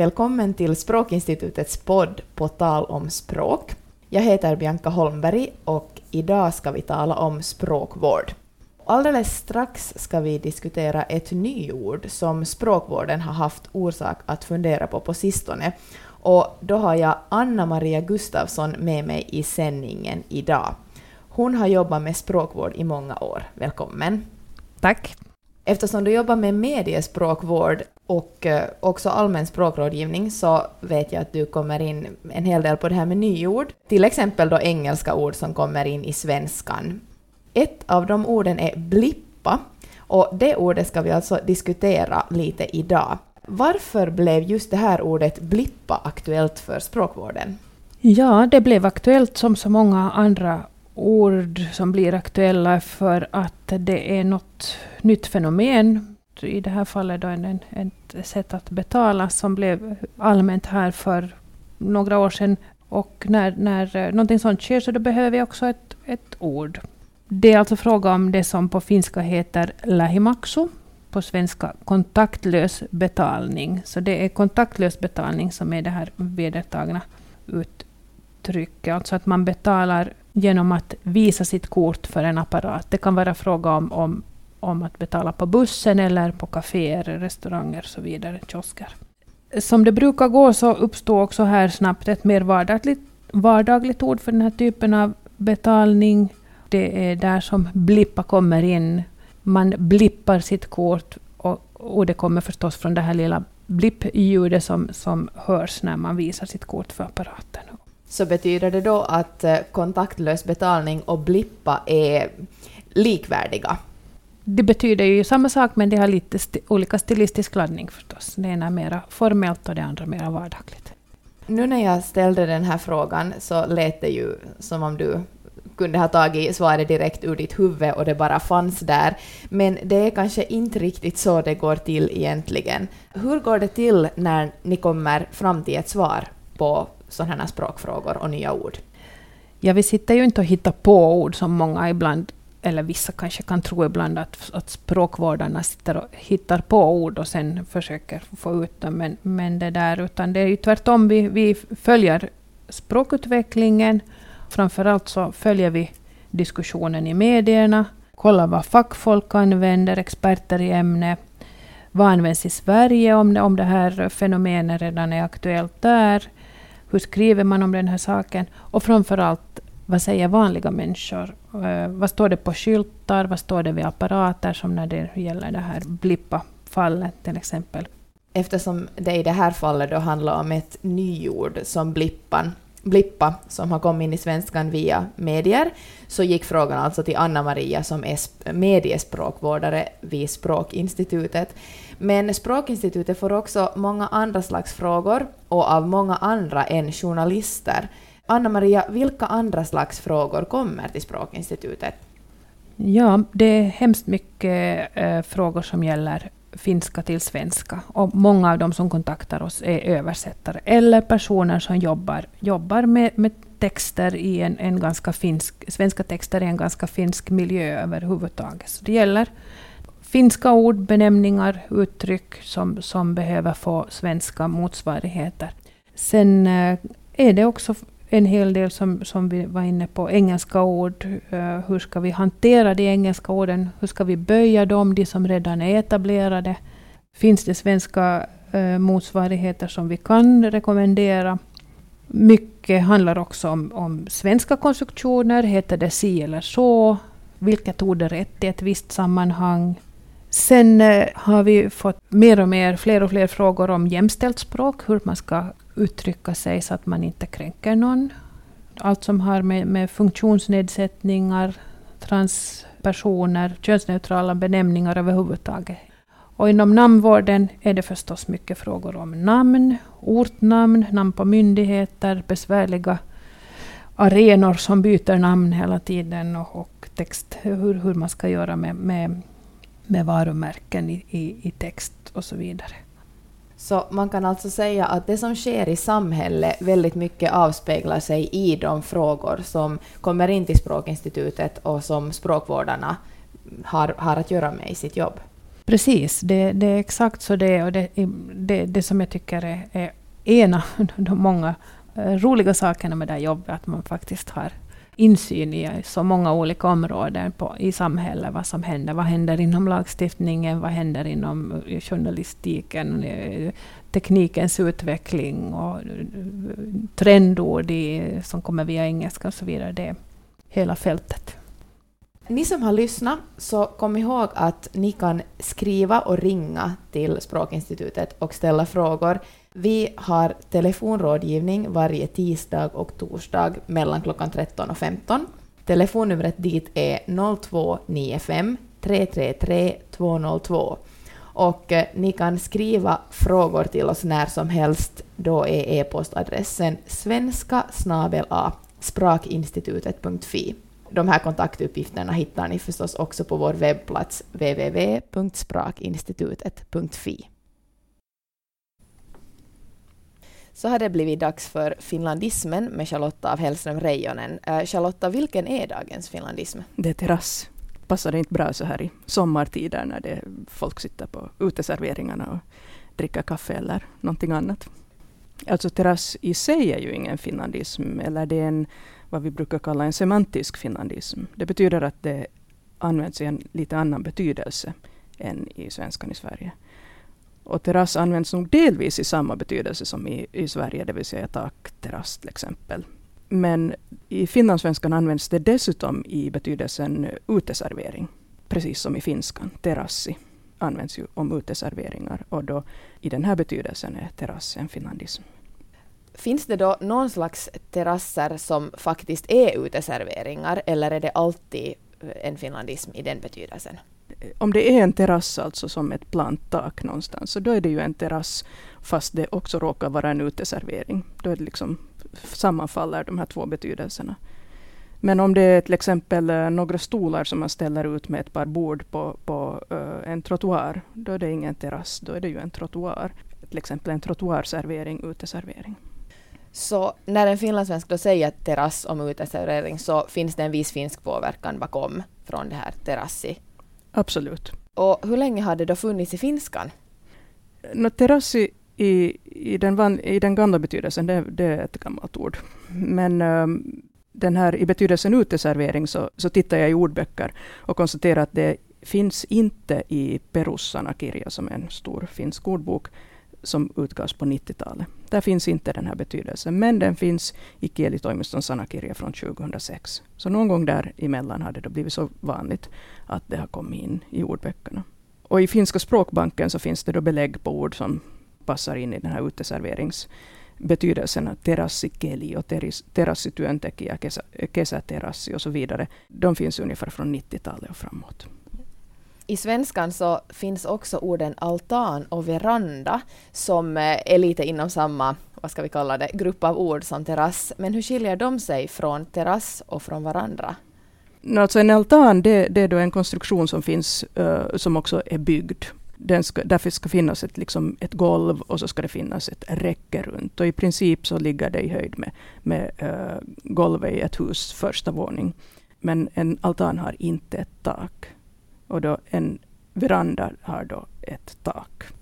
Välkommen till Språkinstitutets podd På tal om språk. Jag heter Bianca Holmberg och idag ska vi tala om språkvård. Alldeles strax ska vi diskutera ett nyord som språkvården har haft orsak att fundera på sistone. Och då har jag Anna-Maria Gustafsson med mig i sändningen idag. Hon har jobbat med språkvård i många år. Välkommen. Tack. Eftersom du jobbar med mediespråkvård och också allmän språkrådgivning så vet jag att du kommer in en hel del på det här med nyord. Till exempel då engelska ord som kommer in i svenskan. Ett av de orden är blippa och det ordet ska vi alltså diskutera lite idag. Varför blev just det här ordet blippa aktuellt för språkvården? Ja, det blev aktuellt som så många andra ord som blir aktuella för att det är något nytt fenomen. I det här fallet då ett sätt att betala som blev allmänt här för några år sedan. Och när någonting sånt sker så då behöver vi också ett ord. Det är alltså fråga om det som på finska heter lähimaksu, på svenska kontaktlös betalning. Så det är kontaktlös betalning som är det här vedertagna uttrycket. Alltså att man betalar genom att visa sitt kort för en apparat. Det kan vara fråga om att betala på bussen eller på kaféer, restauranger och så vidare, kiosker. Som det brukar gå så uppstår också här snabbt ett mer vardagligt ord för den här typen av betalning. Det är där som blippa kommer in. Man blippar sitt kort och det kommer förstås från det här lilla blippljudet som hörs när man visar sitt kort för apparaten. Så betyder det då att kontaktlös betalning och blippa är likvärdiga? Det betyder ju samma sak men det har lite olika stilistisk laddning förstås. Det ena är mer formellt och det andra mer vardagligt. Nu när jag ställde den här frågan så lät det ju som om du kunde ha tagit svaret direkt ur ditt huvud och det bara fanns där. Men det är kanske inte riktigt så det går till egentligen. Hur går det till när ni kommer fram till ett svar på sådana här språkfrågor och nya ord? Ja, vi sitter ju inte och hittar på ord som många ibland, eller vissa kanske kan tro ibland att språkvårdarna sitter och hittar på ord och sen försöker få ut dem. Men det där, utan det är ju tvärtom, vi följer språkutvecklingen. Framförallt så följer vi diskussionen i medierna, kollar vad fackfolk använder, experter i ämne, vad används i Sverige om det här fenomenet redan är aktuellt där, hur skriver man om den här saken och framförallt vad säger vanliga människor, vad står det på skyltar, vad står det vid apparater som när det gäller det här blippa-fallet till exempel. Eftersom det i det här fallet då handlar om ett nyord som blippa som har kommit in i svenskan via medier så gick frågan alltså till Anna-Maria som är mediespråkvårdare vid Språkinstitutet. Men Språkinstitutet får också många andra slags frågor och av många andra än journalister. Anna-Maria, vilka andra slags frågor kommer till Språkinstitutet? Ja, det är hemskt mycket frågor som gäller finska till svenska och många av dem som kontaktar oss är översättare eller personer som jobbar med texter i en ganska svenska texter i en ganska finsk miljö överhuvudtaget. Så det gäller finska ord, benämningar, uttryck som behöver få svenska motsvarigheter. Sen är det också en hel del som vi var inne på, engelska ord. Hur ska vi hantera de engelska orden? Hur ska vi böja dem, de som redan är etablerade? Finns det svenska motsvarigheter som vi kan rekommendera? Mycket handlar också om svenska konstruktioner. Heter det si eller så? Vilket ord är rätt i ett visst sammanhang? Sen har vi fått fler och fler frågor om jämställt språk. Hur man ska uttrycka sig så att man inte kränker någon. Allt som har med funktionsnedsättningar, transpersoner, könsneutrala benämningar överhuvudtaget. Och inom namnvården är det förstås mycket frågor om namn, ortnamn, namn på myndigheter, besvärliga arenor som byter namn hela tiden och text, hur man ska göra med varumärken i text och så vidare. Så man kan alltså säga att det som sker i samhället väldigt mycket avspeglar sig i de frågor som kommer in till Språkinstitutet och som språkvårdarna har att göra med i sitt jobb. Precis, det är exakt så det är. Och det som jag tycker är en av de många roliga sakerna med det här jobbet, att man faktiskt har insyn i så många olika områden i samhället. Vad som händer. Vad händer inom lagstiftningen? Vad händer inom journalistiken? Teknikens utveckling och trendord som kommer via engelska och så vidare. Det är hela fältet. Ni som har lyssnat, så kom ihåg att ni kan skriva och ringa till Språkinstitutet och ställa frågor. Vi har telefonrådgivning varje tisdag och torsdag mellan klockan 13 och 15. Telefonnumret dit är 0295 333 202. Och ni kan skriva frågor till oss när som helst. Då är e-postadressen svenska@sprakinstitutet.fi. De här kontaktuppgifterna hittar ni förstås också på vår webbplats www.sprakinstitutet.fi. Så har det blivit dags för finlandismen med Charlotta av Hellström Reijonen. Charlotta, vilken är dagens finlandism? Det är terrass. Passar det inte bra så här i sommartider när folk sitter på uteserveringarna och dricker kaffe eller någonting annat? Alltså terrass i sig är ju ingen finlandism, eller det är vad vi brukar kalla en semantisk finlandism. Det betyder att det används i en lite annan betydelse än i svenskan i Sverige. Och terrass används nog delvis i samma betydelse som i Sverige, det vill säga takterrass till exempel. Men i finlandssvenskan används det dessutom i betydelsen uteservering, precis som i finskan. Terassi används ju om uteserveringar, och då i den här betydelsen är terrass en finlandism. Finns det då någon slags terrasser som faktiskt är uteserveringar, eller är det alltid en finlandism i den betydelsen? Om det är en terrass alltså som ett plant tak någonstans, så då är det ju en terrass fast det också råkar vara en uteservering. Då är det liksom sammanfaller de här två betydelserna. Men om det är till exempel några stolar som man ställer ut med ett par bord på en trottoar, då är det ingen terrass, då är det ju en trottoar. Till exempel en trottoarservering, uteservering. Så när en finlandssvensk då säger terrass om uteservering, så finns det en viss finsk påverkan bakom från det här terrassi? Absolut. Och hur länge har det då funnits i finskan? Terrassi i den gamla betydelsen, det är ett gammalt ord. Men den här i betydelsen uteservering så tittar jag i ordböcker och konstaterar att det finns inte i Perus sanakirja, som är en stor finsk ordbok som utgavs på 90-talet. Där finns inte den här betydelsen, men den finns i Kielitoimiston sanakirja från 2006. Så någon gång däremellan har det då blivit så vanligt att det har kommit in i ordböckerna. Och i finska språkbanken så finns det då belägg på ord som passar in i den här uteserveringsbetydelserna. Terassikeli och terassityöntekijä, kesäterassi och så vidare. De finns ungefär från 90-talet och framåt. I svenskan så finns också orden altan och veranda som är lite inom samma, vad ska vi kalla det, grupp av ord som terrass. Men hur skiljer de sig från terrass och från varandra? Alltså en altan det är då en konstruktion som finns som också är byggd. Därför ska finnas ett golv och så ska det finnas ett räcke runt. Och i princip så ligger det i höjd med golvet i ett hus första våning. Men en altan har inte ett tak. Och då en veranda har då ett tak.